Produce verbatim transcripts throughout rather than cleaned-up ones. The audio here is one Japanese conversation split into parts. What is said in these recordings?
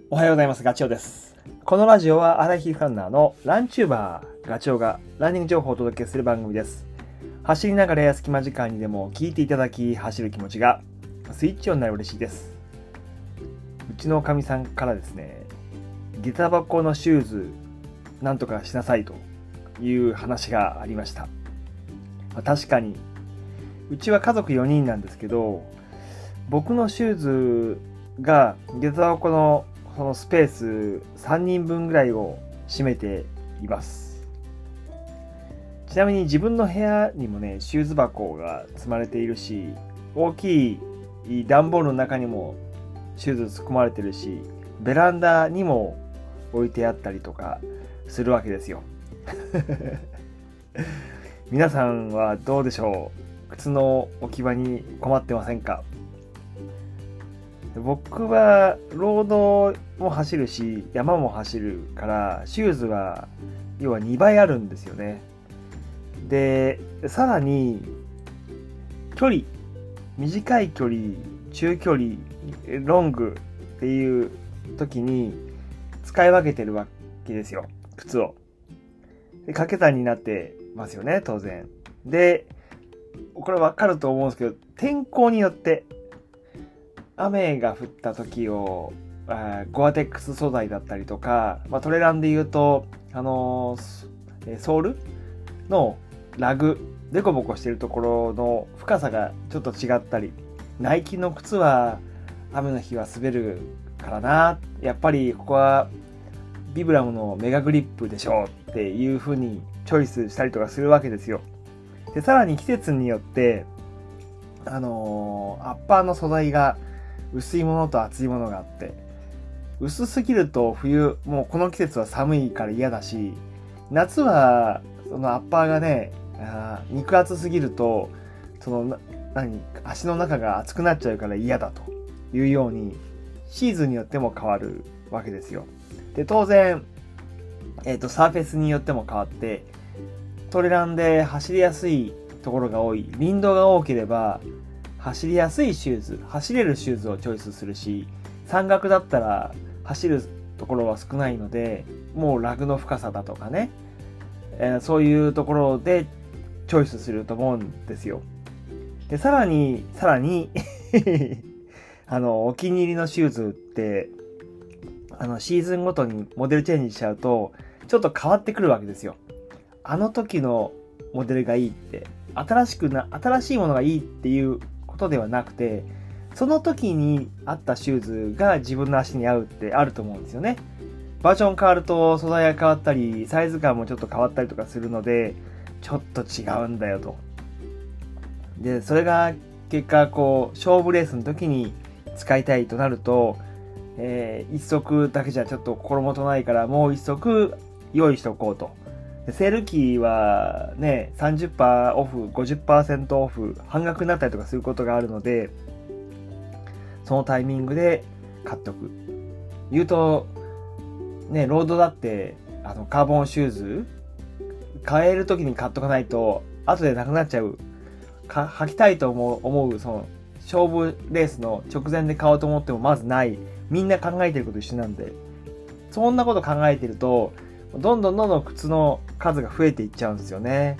おはようございます。ガチョウです。このラジオはアラヒフランナーのランチューバーガチョウがランニング情報をお届けする番組です。走りながらや隙間時間にでも聞いていただき、走る気持ちがスイッチオンになる嬉しいです。うちのおかみさんからですね、下駄箱のシューズなんとかしなさいという話がありました。まあ、確かにうちは家族よにんなんですけど、僕のシューズが下駄箱のそのスペースさんにんぶんぐらいを占めています。ちなみに自分の部屋にもね、シューズ箱が積まれているし、大きい段ボールの中にもシューズ突っ込まれてるし、ベランダにも置いてあったりとかするわけですよ。皆さんはどうでしょう？靴の置き場に困ってませんか？僕はロードも走るし山も走るからシューズは要はにばいあるんですよね。でさらに距離、短い距離、中距離、ロングっていう時に使い分けてるわけですよ、靴を。で掛け算になってますよね、当然。でこれ分かると思うんですけど、天候によって雨が降った時をゴアテックス素材だったりとか、まあ、トレランで言うと、あのー、ソールのラグ、デコボコしてるところの深さがちょっと違ったり、ナイキの靴は雨の日は滑るからな、やっぱりここはビブラムのメガグリップでしょうっていう風にチョイスしたりとかするわけですよ。でさらに季節によってあのー、アッパーの素材が薄いものと厚いものがあって、薄すぎると冬、もうこの季節は寒いから嫌だし、夏はそのアッパーがね、あ肉厚すぎるとその何足の中が熱くなっちゃうから嫌だというようにシーズンによっても変わるわけですよ。で当然、えーと、サーフェスによっても変わって、トレランで走りやすいところが多い、林道が多ければ走りやすいシューズ、走れるシューズをチョイスするし、山岳だったら走るところは少ないので、もうラグの深さだとかね、えー、そういうところでチョイスすると思うんですよ。でさらにさらにあのお気に入りのシューズってあのシーズンごとにモデルチェンジしちゃうとちょっと変わってくるわけですよ。あの時のモデルがいいって、新しくな新しいものがいいっていうことではなくて、その時に合ったシューズが自分の足に合うってあると思うんですよね。バージョン変わると素材が変わったりサイズ感もちょっと変わったりとかするので、ちょっと違うんだよと。でそれが結果こう勝負レースの時に使いたいとなると、えー、一足だけじゃちょっと心もとないからもう一足用意しておこうと。セール期はね さんじゅっパーセント オフ ごじゅっパーセント オフ半額になったりとかすることがあるので、そのタイミングで買っておく。言うとね、ロードだってあのカーボンシューズ買える時に買っとかないと後でなくなっちゃう。か履きたいと思う思うその勝負レースの直前で買おうと思ってもまずない。みんな考えてること一緒なんで、そんなこと考えてるとどんどんどんどん靴の数が増えていっちゃうんですよね。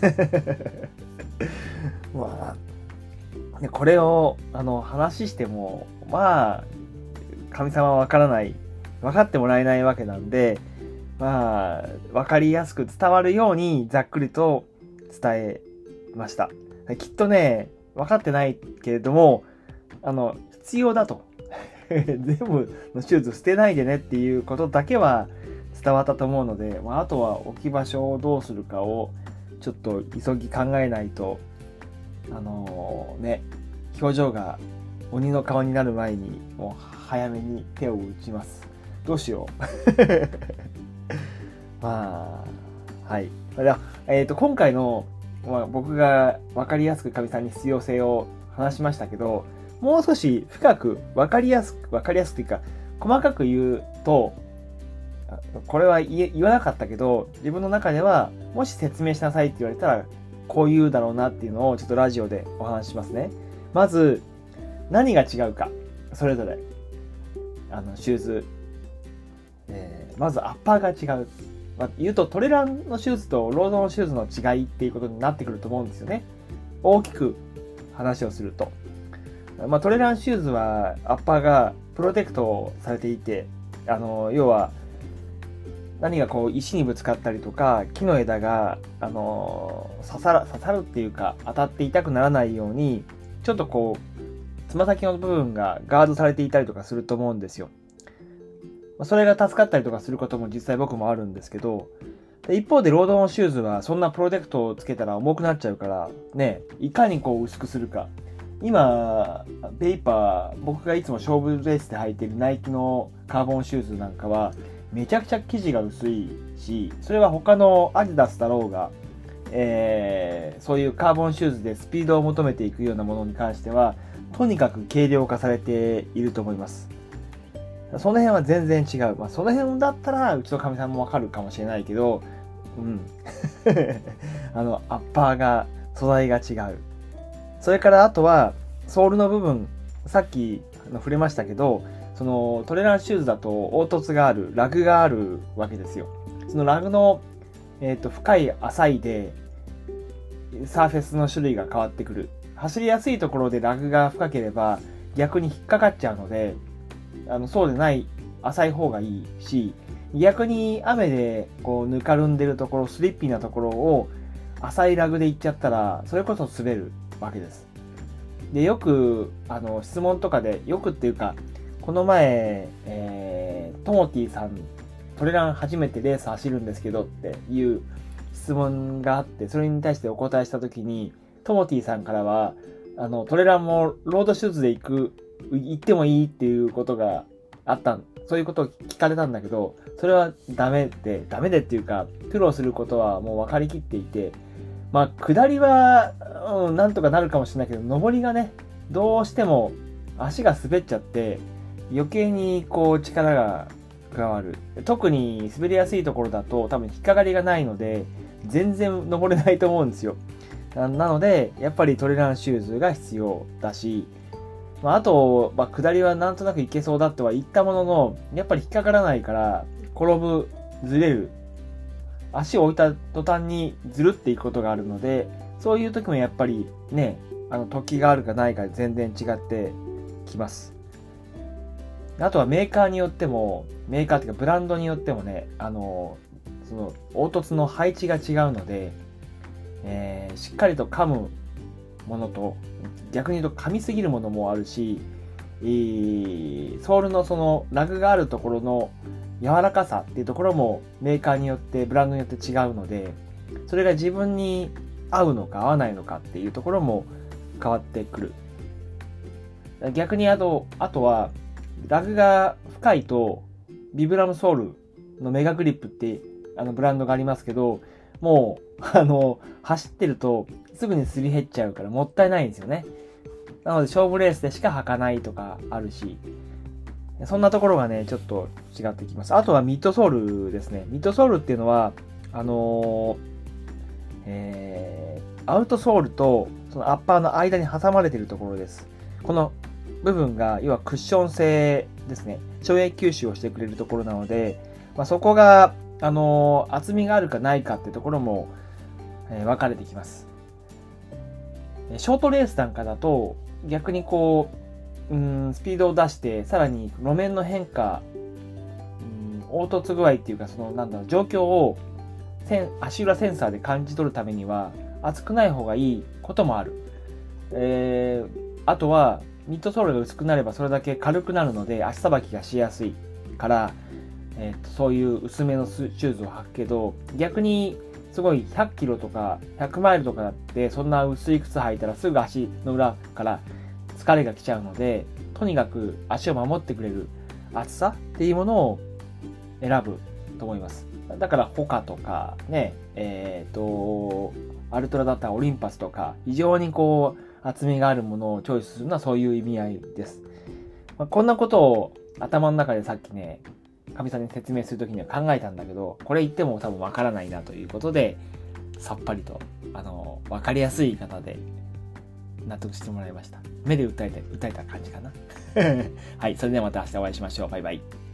まあ、これをあの話してもまあ神様はわからない、分かってもらえないわけなんで、まあ分かりやすく伝わるようにざっくりと伝えました。きっとね分かってないけれどもあの必要だと全部のシューズ捨てないでねっていうことだけは伝わったと思うので、まあ、あとは置き場所をどうするかをちょっと急ぎ考えないと、あのー、ね表情が鬼の顔になる前にもう早めに手を打ちます。どうしよう。まあはい。では、えーと、今回の、まあ、僕が分かりやすくかみさんに必要性を話しましたけど、もう少し深く分かりやすく分かりやすくというか細かく言うと、これは言わなかったけど自分の中ではもし説明しなさいって言われたらこう言うだろうなっていうのをちょっとラジオでお話ししますね。まず何が違うか、それぞれあのシューズえー、まずアッパーが違う。まあ、言うとトレランのシューズとロードのシューズの違いっていうことになってくると思うんですよね。大きく話をすると。まあ、トレランシューズはアッパーがプロテクトされていて、あの要は何がこう石にぶつかったりとか木の枝があの刺さる刺さるっていうか当たって痛くならないようにちょっとこうつま先の部分がガードされていたりとかすると思うんですよ。それが助かったりとかすることも実際僕もあるんですけど、一方でロードのシューズはそんなプロテクトをつけたら重くなっちゃうからね、いかにこう薄くするか。今ベイパー、僕がいつも勝負レースで履いているナイキのカーボンシューズなんかはめちゃくちゃ生地が薄いし、それは他のアディダスだろうが、えー、そういうカーボンシューズでスピードを求めていくようなものに関してはとにかく軽量化されていると思います。その辺は全然違う。まあ、その辺だったらうちのかみさんもわかるかもしれないけど、うんあのアッパーが素材が違う。それからあとはソールの部分、さっき触れましたけど、そのトレランシューズだと凹凸がある、ラグがあるわけですよ。そのラグの、えーと、深い浅いでサーフェスの種類が変わってくる。走りやすいところでラグが深ければ逆に引っかかっちゃうので、あのそうでない浅い方がいいし、逆に雨でこうぬかるんでるところ、スリッピーなところを浅いラグで行っちゃったらそれこそ滑るわけです。でよくあの質問とかで、よくっていうかこの前、えー、トモティさんトレラン初めてレース走るんですけどっていう質問があって、それに対してお答えした時にトモティさんからはあのトレランもロードシューズで行く行ってもいいっていうことがあった、そういうことを聞かれたんだけど、それはダメで、ダメでっていうか、苦労することはもう分かりきっていて、まあ、下りは、うん、なんとかなるかもしれないけど、上りがね、どうしても足が滑っちゃって、余計にこう力が加わる。特に滑りやすいところだと多分引っかかりがないので、全然登れないと思うんですよ。なので、やっぱりトレランシューズが必要だし、まあ、あと、まあ、下りはなんとなくいけそうだとは言ったものの、やっぱり引っかからないから、転ぶ、ずれる、足を置いた途端にずるっていくことがあるので、そういう時もやっぱりね、あの、時があるかないかで全然違ってきます。あとはメーカーによっても、メーカーっていうかブランドによってもね、あの、その、凹凸の配置が違うので、えー、しっかりと噛むものと逆に言うと噛みすぎるものもあるし、ソールのそのラグがあるところの柔らかさっていうところもメーカーによってブランドによって違うので、それが自分に合うのか合わないのかっていうところも変わってくる。逆にあとあとはラグが深いとビブラムソールのメガグリップってあのブランドがありますけど、もうあの走ってるとすぐにすり減っちゃうからもったいないんですよね。なので勝負レースでしか履かないとかあるし、そんなところがねちょっと違ってきます。あとはミッドソールですね。ミッドソールっていうのはあのーえー、アウトソールとそのアッパーの間に挟まれているところです。この部分が要はクッション性ですね。衝撃吸収をしてくれるところなので、まあ、そこがあのー、厚みがあるかないかってところも、えー、分かれてきます。ショートレースなんかだと逆にこう、うん、スピードを出してさらに路面の変化、うん、凹凸具合っていうかそのなんだろう状況を足裏センサーで感じ取るためには厚くない方がいいこともある。えー、あとはミッドソールが薄くなればそれだけ軽くなるので足さばきがしやすいから、えー、とそういう薄めのシューズを履くけど、逆にすごいひゃっキロとかひゃくマイルとかだってそんな薄い靴履いたらすぐ足の裏から疲れが来ちゃうので、とにかく足を守ってくれる厚さっていうものを選ぶと思います。だからホカとかね、えっとアルトラだったらオリンパスとか非常にこう厚みがあるものをチョイスするのはそういう意味合いです。まあ、こんなことを頭の中でさっきねかみさんに説明するときには考えたんだけど、これ言っても多分わからないなということでさっぱりとあのわかりやすい言い方で納得してもらいました。目で訴えて訴えた感じかなはい、それではまた明日お会いしましょう。バイバイ。